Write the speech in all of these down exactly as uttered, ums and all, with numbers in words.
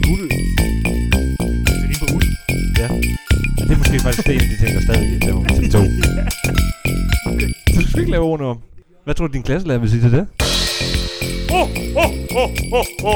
Uld. Det er lige på uld. Ja. Og det er måske faktisk det, en af de ting, der stadig laver til to. Okay. Så du skal ikke lave ordene om. Hvad tror du, din klasselærer vil sige til det? Ho, ho, ho, ho, ho.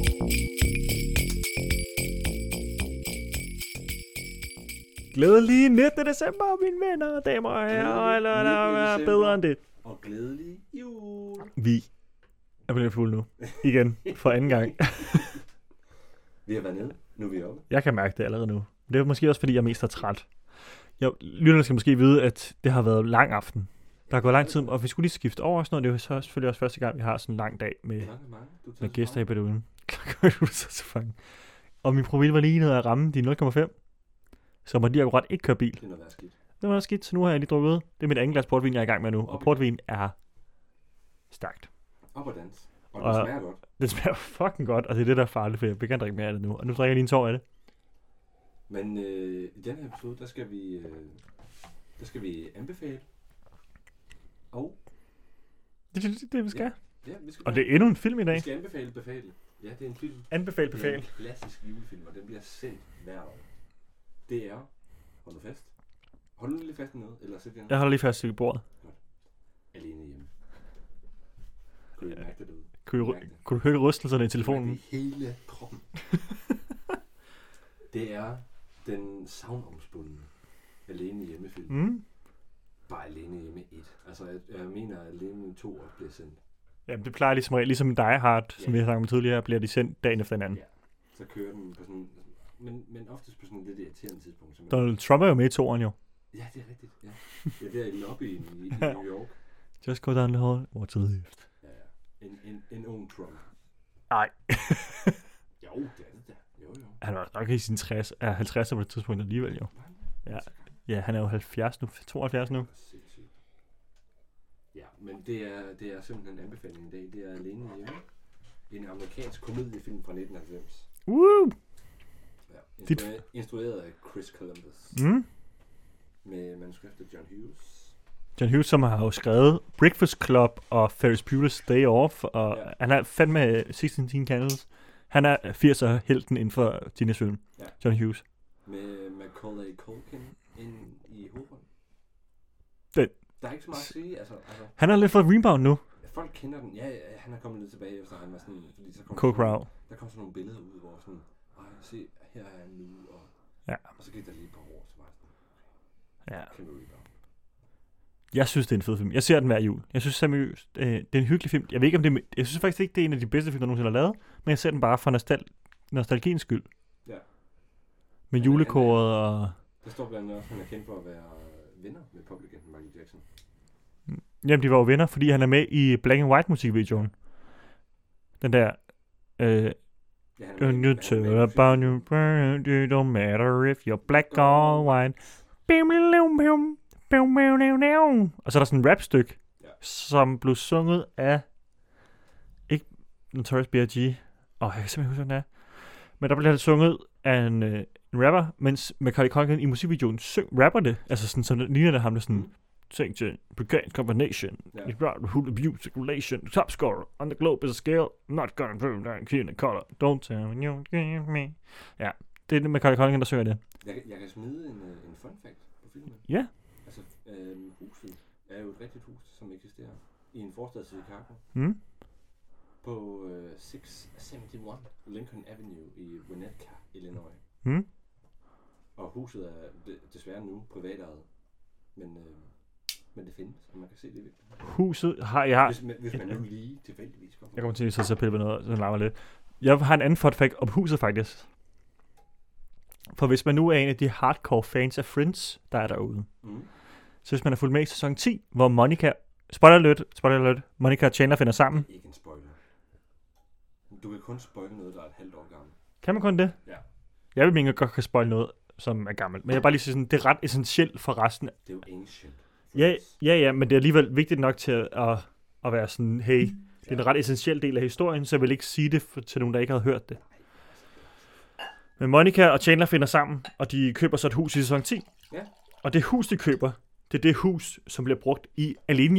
Glædelig nittende december, mine venner, damer og herrer, eller der er bedre end det. Og glædelig jul. Vi er blevet fuld nu. Igen, for anden gang. Vi har været nede, nu er vi oppe. Jeg kan mærke det allerede nu. Det er måske også, fordi jeg mest er træt. Jeg, lytterne skal måske vide, at det har været lang aften. Der har gået lang tid, og vi skulle lige skifte over og sådan noget. Det er jo så selvfølgelig også første gang, vi har sådan en lang dag med, med gæster i beduen. Du så så fange. Og min profil var lige nede at ramme de nul komma fem. Så må de akkurat ikke køre bil. Det er noget værd skidt. Det var noget skidt, så nu har jeg lige drukket. Det er mit andet glas portvin, jeg er i gang med nu. Og portvin er stærkt. Op og dans. Og, og det smager godt. Det smager fucking godt, og det er det, der er farligt, for jeg vil gerne drikke mere af det nu. Og nu drikker jeg lige en tår af det. Men øh, i denne episode, der skal vi, øh, der skal vi anbefale. Og? Det er det, det, vi skal. Ja, ja, vi skal og det er endnu en film i dag. Vi skal anbefale befale. Ja, det er en film. Anbefale befale. Det er en klassisk julefilm, og den bliver sendt hver år. Det er, hold nu fast. Hold nu lige fast med noget, eller sæt jer ned. Jeg holder lige fast i bordet. Godt. Alene hjemme. Kunne du Ja. mærke det derude? Kunne du, kunne du høre rystelserne i telefonen? Det hele kroppen. Det er den savnomspundne Alene hjemmefilm. Mm. Bare Alene hjemme et. Altså, jeg, jeg mener, at Alene to år bliver sendt. Jamen, det plejer ligesom, ligesom Die Hard, som Ja. vi har snakket om tidligere, bliver de sendt dagen efter hinanden. Ja. Så kører den på sådan, men, men oftest på sådan et lidt irriterende tidspunkt. Som Donald Trump er jo med i toeren jo. Ja, det er rigtigt. Ja, ja det er i lobbyen i, i New York. Just go down the hall, or to the left. Ja, ja. En, en, en ung Trump. Ej. Jo, det er det da. Jo, jo. Han var nok i sin tres, er halvtreds på det tidspunkt alligevel jo. Ja. Ja, han er jo halvfjerds nu, tooghalvfjerds nu. Sindssygt. Ja, men det er, det er simpelthen en anbefaling i dag. Det er Alene hjemme. En amerikansk komediefilm fra nitten halvfems. Woo! Ja, Dit- instrueret, instrueret af Chris Columbus. Mm. Med manuskript af John Hughes. John Hughes, som har jo skrevet Breakfast Club og Ferris Bueller's Day Off, og Ja. han er fandme sixteen Candles. Han er firser helten inden for teenagefilm. Ja. John Hughes. Med Macaulay Culkin ind i hovedrollen. Den- Der er ikke så meget at sige. Altså, altså, Han har lidt fået rebound nu. folk kender den. Ja, ja, han er kommet lidt tilbage efter han var sådan, fordi så kom Coke sådan, Row. der kom sådan nogle billeder ud, hvor sådan, ej, se, her er han nu, og, Ja. og så gik der lige et par år, så var jeg sådan, Ja. kæmpe rebound. Jeg synes, det er en fed film. Jeg ser den hver jul. Jeg synes seriøst, øh, det er en hyggelig film. Jeg ved ikke, om det er, jeg synes faktisk ikke, det er en af de bedste film, der nogensinde har lavet, men jeg ser den bare for nostal- nostalgiens skyld. Ja. Med Men julekoret og... Der står blandt andet også, at han er kendt for at være venner med poplegenden Michael Jackson. Jamen, de var jo venner, fordi han er med i Black and White musikvideoen. Den der... Øh, Ja, han er Don't med- you han er tell med i about musikvideoen. your brand, it don't matter if you're black or white. Og så er der sådan en rapstykke, Ja. som blev sunget af... Ikke Notorious B I G. Åh, oh, jeg kan simpelthen huske, hvad den er. Men der bliver det sunget af en, øh, en rapper, mens Macaulay Culkin i musikvideoen syng, rapper det. Altså sådan, så ligner det ham, der sådan... Mm. Sing to Brigade Combination. Ja. It's brought who abuse circulation. Top scorer on the globe is a scale. Not gonna prove that keen color. Don't tell me you give me. Ja, det er det med Macaulay Culkin, der synger det. Jeg, kan- jeg kan smide en, øh, en fun fact på filmen. Ja. Altså, øhm, huset er jo et rigtigt hus, som eksisterer i en forstad til Chicago. Mm. På øh, seks syvoghalvfems Lincoln Avenue i Winnetka, Illinois. Mm. Og huset er de- desværre nu privatejet. Men, øh, men det findes, og man kan se det i virkeligheden. Huset har jeg... Hvis, man- hvis man nu lige tilfældigvis går Jeg kommer til at sidde og pille med noget, så den larmer lidt. Jeg har en anden fun fact om huset, faktisk. For hvis man nu er en af de hardcore fans af Friends, der er derude, Mm. så hvis man har fulgt med i sæson ti, hvor Monica... Spoiler alert, spoiler alert. Monica og Chandler finder sammen. Ikke en spoiler. Du kan kun spoile noget, der er et halvt år gammelt. Kan man kun det? Ja. Jeg vil mene, at jeg godt kan spoil noget, som er gammelt. Men jeg vil bare lige sige sådan, det er ret essentielt for resten. Det er jo ancient. Ja, ja, ja, men det er alligevel vigtigt nok til at, at, at være sådan, hey, det er en ret essentiel del af historien, så jeg vil ikke sige det for, til nogen, der ikke havde hørt det. Men Monica og Chandler finder sammen, og de køber så et hus i sæson ti. Ja. Og det hus, de køber, det er det hus, som bliver brugt i Alene Hjemme.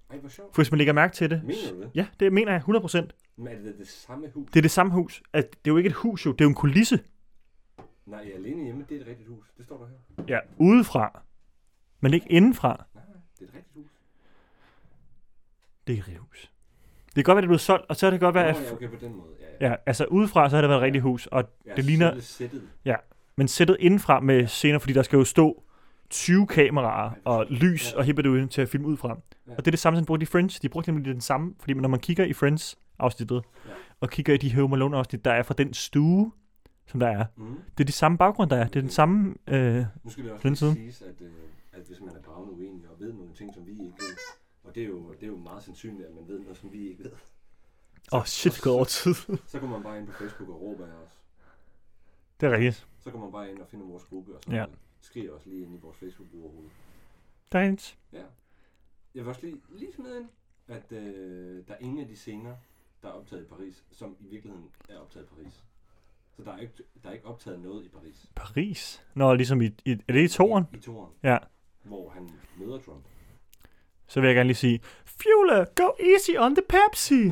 Ej, hvor sjovt. For hvis man lægger mærke til det. Mener du det? Ja, det mener jeg hundrede procent. Men er det det samme hus? Det er det samme hus. At det er jo ikke et hus, jo. Det er jo en kulisse. Nej, alene hjemme, det er et rigtigt hus. Det står der her. Ja, udefra. Men ikke indenfra. Nej, nej, det er et rigtigt hus. Det er ikke et rigtigt hus. Det kan godt være, det er blevet solgt, og så kan det godt være, Nå, at... ja, okay, på den måde. Ja, ja. Ja, altså udefra, så har det været et rigtigt hus, og Ja, det ligner... selve sættet. Men sættet indenfra med scener, fordi der skal jo stå tyve kameraer og lys Ja. og hippedude til at filme ud fra. Ja. Og det er det samme, som brugte i Friends. De brugte nemlig den samme, fordi når man kigger i Friends-afsnittet, Ja. og kigger i de Home Alone-afsnit, der er fra den stue, som der er. Mm. Det er de samme baggrund, der er. Det er den samme... Øh, Nu skal det også Den lige side. siges, at, øh, at hvis man er bravende uenig og ved nogle ting, som vi ikke ved, og det er jo, det er jo meget sandsynligt, at man ved noget, som vi ikke ved. Åh, oh, shit, det er gået over tid. Så går man bare ind på Facebook og råber af os. Det er rigtigt. Så går man bare ind og finder vores gruppe, og så Ja. ja. skriver også lige ind i vores Facebook-gruppe overhovedet. Det er rigtigt. Ja. Jeg vil også lige, lige smide ind, at øh, der er ingen af de scener, der er optaget i Paris, som i virkeligheden er optaget i Paris. Så der er ikke, der er ikke optaget noget i Paris. Paris? Nå, ligesom i... i er det i toren? I, i toren, Ja. hvor han møder Trump. Så vil jeg gerne lige sige, Fjule, go easy on the Pepsi!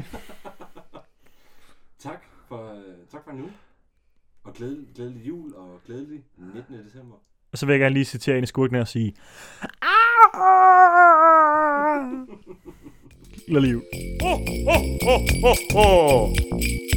Tak for, øh, tak for nu. Og glædelig, glædelig jul og glædelig nittende december. Og så vil jeg gerne lige citere en i skurken og sige, Lille liv. Ho, ho, ho, ho, ho.